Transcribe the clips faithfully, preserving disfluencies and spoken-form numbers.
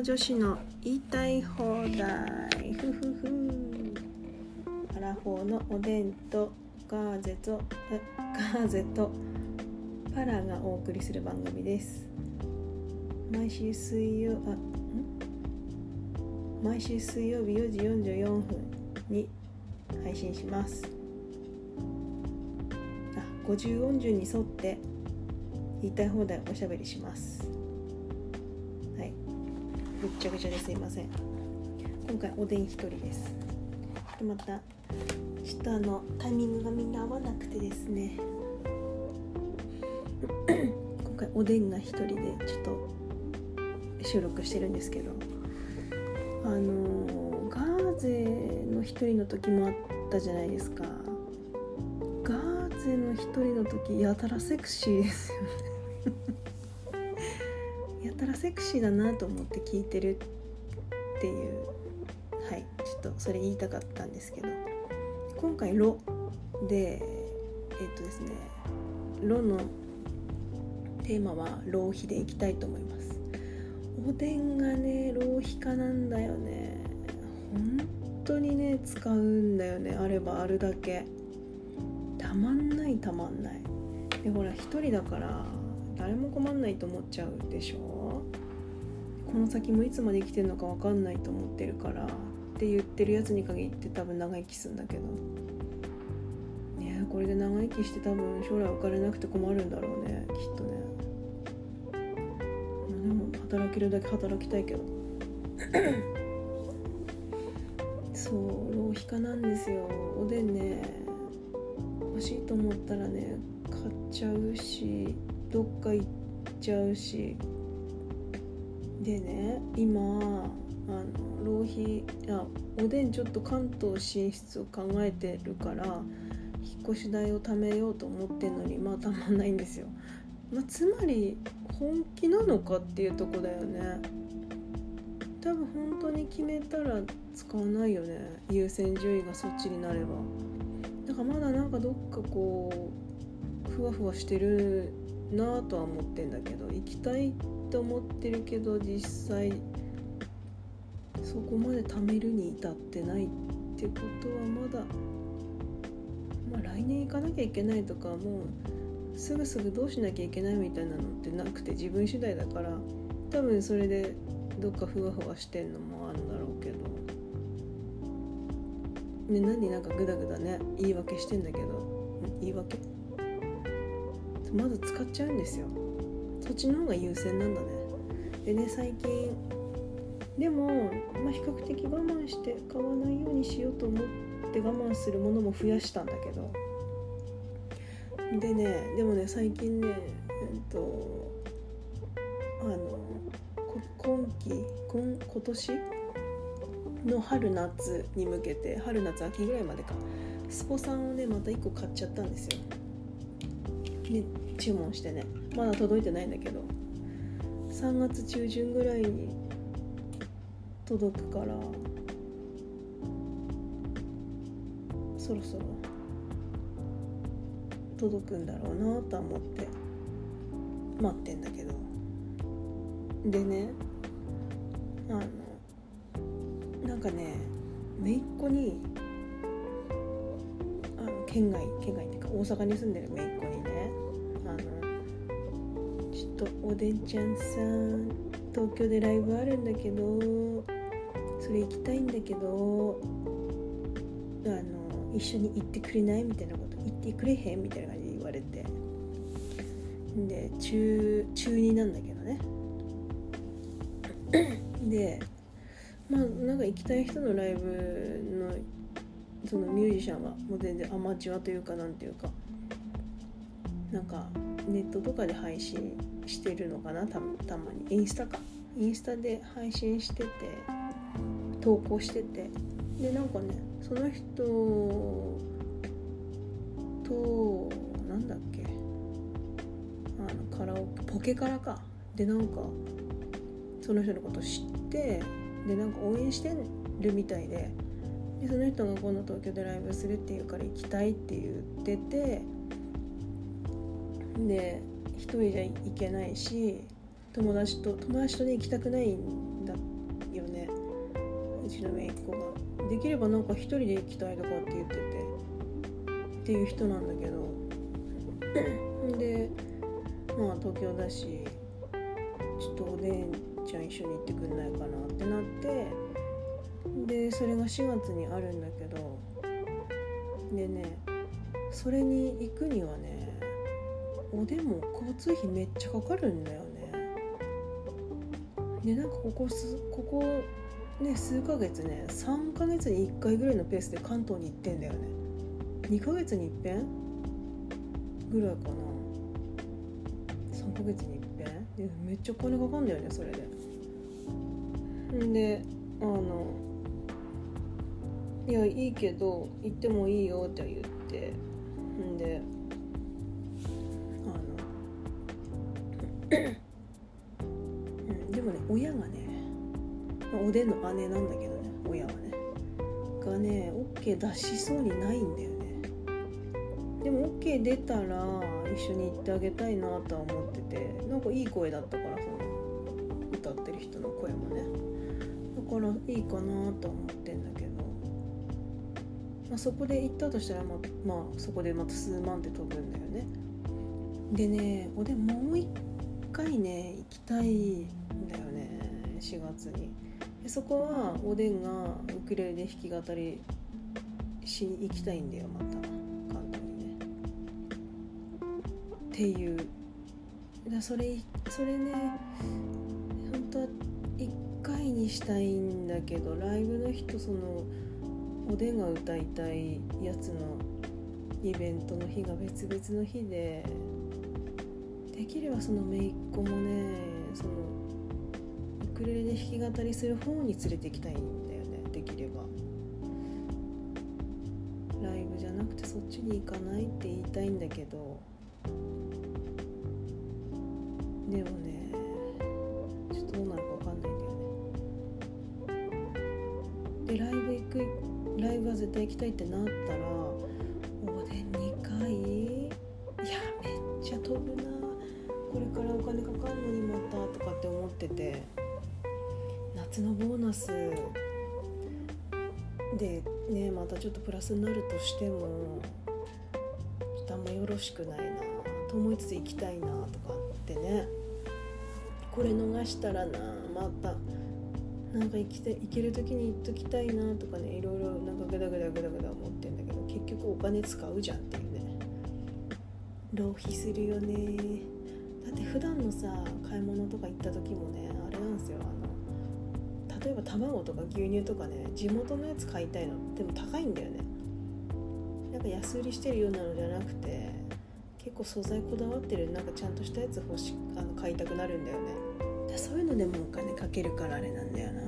女子の言いたい放題ふふふアラフォーのおでんとガーゼとガーゼとパラがお送りする番組です。毎週水曜あん毎週水曜日よじよんじゅうよんぷんに配信します。あ、ごじゅう音順に沿って言いたい放題おしゃべりします。はい、ぐっちゃぐちゃですいません。今回おでん一人です。またちょっとあのタイミングがみんな合わなくてですね今回おでんが一人でちょっと収録してるんですけど、あのガーゼの一人の時もあったじゃないですか。ガーゼの一人の時やたらセクシーですよねやたらセクシーだなと思って聞いてるっていう、はい、ちょっとそれ言いたかったんですけど、今回ロでえっとですねロのテーマは浪費でいきたいと思います。おでんがね浪費家なんだよね。本当にね使うんだよね。あればあるだけたまんないたまんないで、ほら一人だから誰も困んないと思っちゃうでしょ。この先もいつまで生きてるのか分かんないと思ってるからって言ってるやつに限って多分長生きするんだけどね。これで長生きして多分将来お金なくて困るんだろうね、きっとね。でも働けるだけ働きたいけどそう浪費家なんですよ。おでんね欲しいと思ったらね買っちゃうし、どっか行っちゃうしでね、今あの浪費あおでんちょっと関東進出を考えてるから引っ越し代を貯めようと思ってんのにまあたまんないんですよ。まあ、つまり本気なのかっていうとこだよね。多分本当に決めたら使わないよね、優先順位がそっちになれば。だからまだなんかどっかこうふわふわしてるなとは思ってんだけど、行きたいって思ってるけど実際そこまで貯めるに至ってないってことはまだ、まあ来年行かなきゃいけないとかもうすぐすぐどうしなきゃいけないみたいなのってなくて自分次第だから、多分それでどっかふわふわしてんのもあるんだろうけどね。何なんかグダグダね言い訳してんだけど、言い訳まず使っちゃうんですよ。そっちの方が優先なんだね。でね最近でも、まあ、比較的我慢して買わないようにしようと思って我慢するものも増やしたんだけど、でねでもね最近ねえっとあの今期今今年の春夏に向けて、春夏秋ぐらいまでかスポさんをねまたいっこ買っちゃったんですよ。で注文してねまだ届いてないんだけどさんがつ中旬ぐらいに届くからそろそろ届くんだろうなと思って待ってんだけど、でねあのなんかね姪っ子にあの県外県外っていうか大阪に住んでる姪っ子にね、あのちょっとおでんちゃんさん東京でライブあるんだけどそれ行きたいんだけどあの一緒に行ってくれないみたいなこと、行ってくれへんみたいな感じで言われて、で中中になんだけどねでまあなんか行きたい人のライブのそのミュージシャンはもう全然アマチュアというかなんていうかなんかネットとかで配信してるのかな、た, たまにインスタかインスタで配信してて投稿してて、でなんかねその人となんだっけあのカラオケポケカラかでなんかその人のこと知ってでなんか応援してるみたいで、でその人が今度東京でライブするっていうから行きたいって言ってて、で一人じゃ行けないし友達と友達とね行きたくないんだっうちの姪っ子が。できればなんか一人で行きたいとかって言っててっていう人なんだけどでまあ東京だしちょっとおでんちゃん一緒に行ってくんないかなってなって、でそれがしがつにあるんだけど、でねそれに行くにはねおでんも交通費めっちゃかかるんだよね。でなんかここすここね数ヶ月ねさんかげつにいっかいぐらいのペースで関東に行ってんだよね。にかげつにいっぺんぐらいかな、さんかげつにいっぺんでめっちゃお金かかんだよねそれで。んであのいやいいけど行ってもいいよって言って、んであのでもね親がね、まあ、おでんの姉なんだけどね親はねがね OK 出しそうにないんだよね。でも OK 出たら一緒に行ってあげたいなとは思ってて、なんかいい声だったからその歌ってる人の声もね、だからいいかなとは思ってんだけど、まあ、そこで行ったとしたらまあ、まあ、そこでまた数万って飛ぶんだよね。でねおでんもう一回ね行きたいんだよねしがつに。でそこはおでんがウクレレで弾き語りしに行きたいんだよまた関東にねっていう。だそれそれね本当はいっかいにしたいんだけど、ライブの日とそのおでんが歌いたいやつのイベントの日が別々の日で、できればその姪っ子もねそのウクレレで弾き語りする方に連れて行きたいんだよね。できればライブじゃなくてそっちに行かないって言いたいんだけど、でもねちょっとどうなるか分かんないんだよね。でライブ行くライブは絶対行きたいってなったらおでんにかい、いやめっちゃ飛ぶな、これからお金かかるのにまたとかって思ってて、夏のボーナスでねまたちょっとプラスになるとしてもちょっとあんまよろしくないなと思いつつ行きたいなとかってね、これ逃したらなまたなんか生きて行ける時に行っときたいなとかね、いろいろなんかグダグダグダグダ思ってんだけど、結局お金使うじゃんっていうね、浪費するよね。だって普段のさ買い物とか行った時もねあれなんですよ、あの例えば卵とか牛乳とかね地元のやつ買いたいのでも高いんだよね。なんか安売りしてるようなのじゃなくて結構素材こだわってるなんかちゃんとしたやつ欲しあの買いたくなるんだよね。でそういうのでもお金かけるからあれなんだよな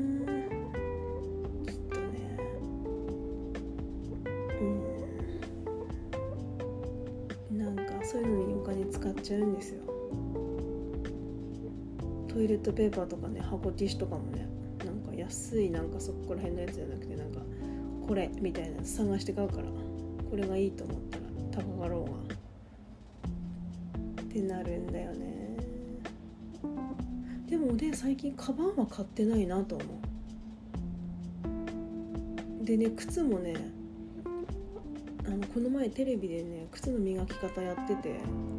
きっとね。うんなんかそういうのにお金使っちゃうんですよ。トイレットペーパーとかね箱ティッシュとかもねなんか安いなんかそこら辺のやつじゃなくてなんかこれみたいなやつ探して買うから、これがいいと思ったら高かろうがってなるんだよね。でもで最近カバンは買ってないなと思う。でね靴もねあのこの前テレビでね靴の磨き方やってて、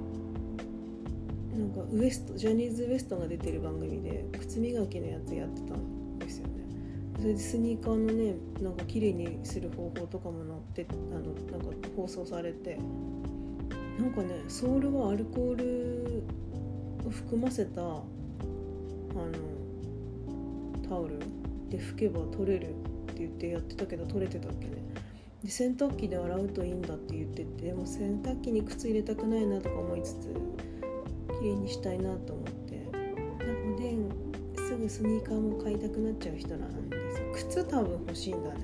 なんかウエストジャニーズ ウエストが出てる番組で靴磨きのやつやってたんですよね。それでスニーカーのねなんか綺麗にする方法とかも載ってあのなんか放送されて、なんかねソールはアルコールを含ませたあのタオルで拭けば取れるって言ってやってたけど取れてたっけね。で洗濯機で洗うといいんだって言ってて、でも洗濯機に靴入れたくないなとか思いつつ綺麗にしたいなと思って、なんかおでんすぐスニーカーも買いたくなっちゃう人なんですよ。靴多分欲しいんだね。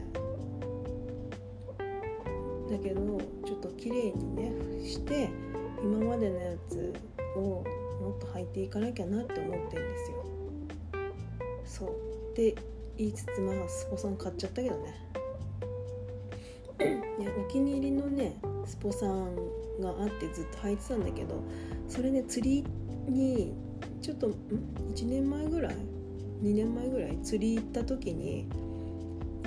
だけどちょっと綺麗にねして今までのやつをもっと履いていかなきゃなって思ってるんですよ。そうって言いつつまあスポさん買っちゃったけどねいやお気に入りのねスポさんがあってずっと履いてたんだけど、それね釣りにちょっとんいちねんまえぐらいにねんまえぐらい釣り行った時に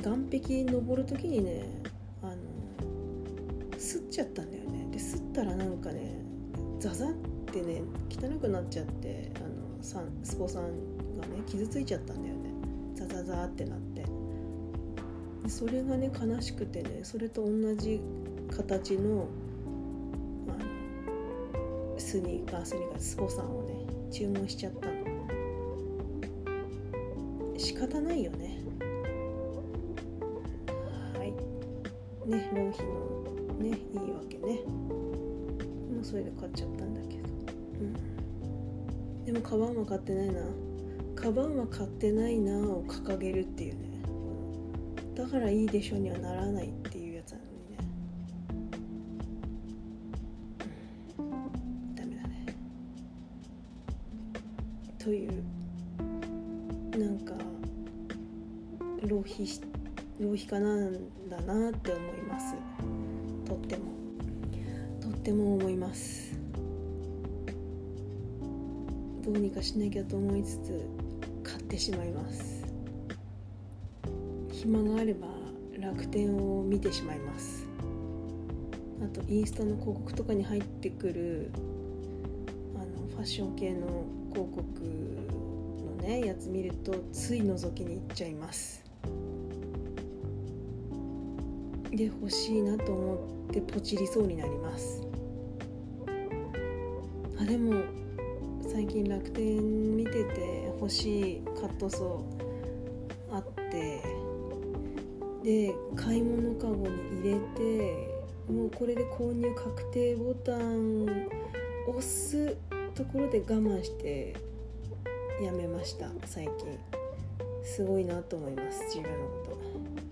岸壁登る時にねあの吸っちゃったんだよね。で吸ったらなんかねザザってね汚くなっちゃって、あのさんスポさんがね傷ついちゃったんだよね。ザザザってなって、でそれがね悲しくてね、それと同じ形のあのスニーカースニーカースポさんをね注文しちゃったの。仕方ないよね。はいね、浪費のねいいわけね。もうそれで買っちゃったんだけど、うん、でもカバンは買ってないな。カバンは買ってないなを掲げるっていうね、だからいいでしょにはならないっていうやつなのにね、うん、ダメだねという、なんか浪費し浪費家なんだなって思います。とってもとっても思います。どうにかしなきゃと思いつつ買ってしまいます。暇があれば楽天を見てしまいます。あとインスタの広告とかに入ってくるあのファッション系の広告のねやつ見るとつい覗きに行っちゃいます。で欲しいなと思ってポチりそうになります。あでも最近楽天見てて欲しいカットソーあって、で買い物カゴに入れて、もうこれで購入確定ボタン押すところで我慢してやめました。最近すごいなと思います。自分のこと、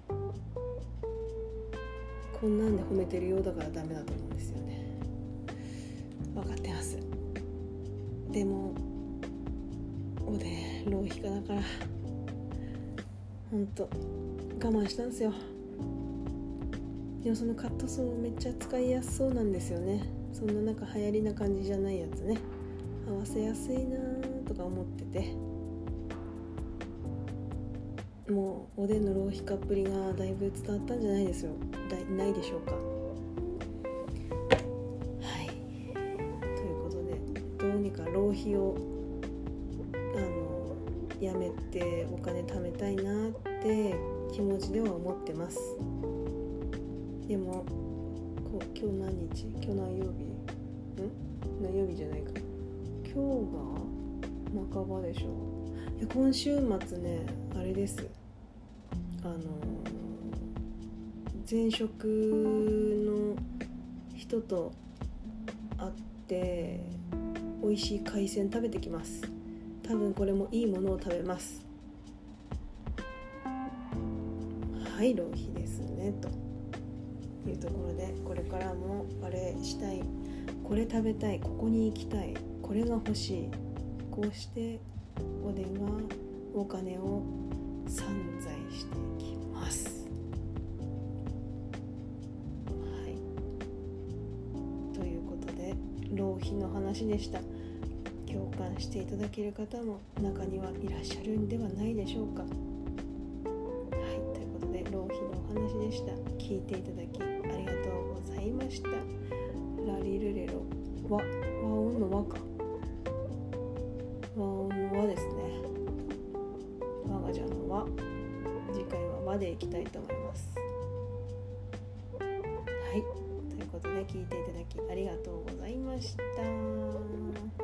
こんなんで褒めてるようだからダメだと思うんですよね。分かってます。でもおで浪費家だからほんと我慢したんですよ。でもそのカットソーめっちゃ使いやすそうなんですよね。そんななんか流行りな感じじゃないやつね、合わせやすいなとか思ってて、もうおでんの浪費家っぷりがだいぶ伝わったんじゃないですよだいないでしょうか。はいということで、どうにか浪費をあのやめてお金貯めたいなって気持ちでは思ってます。でもこう今日何日今日何曜日ん何曜日じゃないか今日が半ばでしょ。いや今週末ねあれです、あの前職の人と会って美味しい海鮮食べてきます。多分これもいいものを食べます。はい浪費ですねというところで、これからもあれしたい、これ食べたい、ここに行きたい、これが欲しい、こうしておでんはお金を散財していきます。はいということで浪費の話でした。共感していただける方も中にはいらっしゃるんではないでしょうか。はいということで浪費のお話でした。聞いていただきありがとうございました。ラリルレロ和和音の和か和音の和ですね。我が女の和、次回は和でいきたいと思います。はいということで聞いていただきありがとうございました。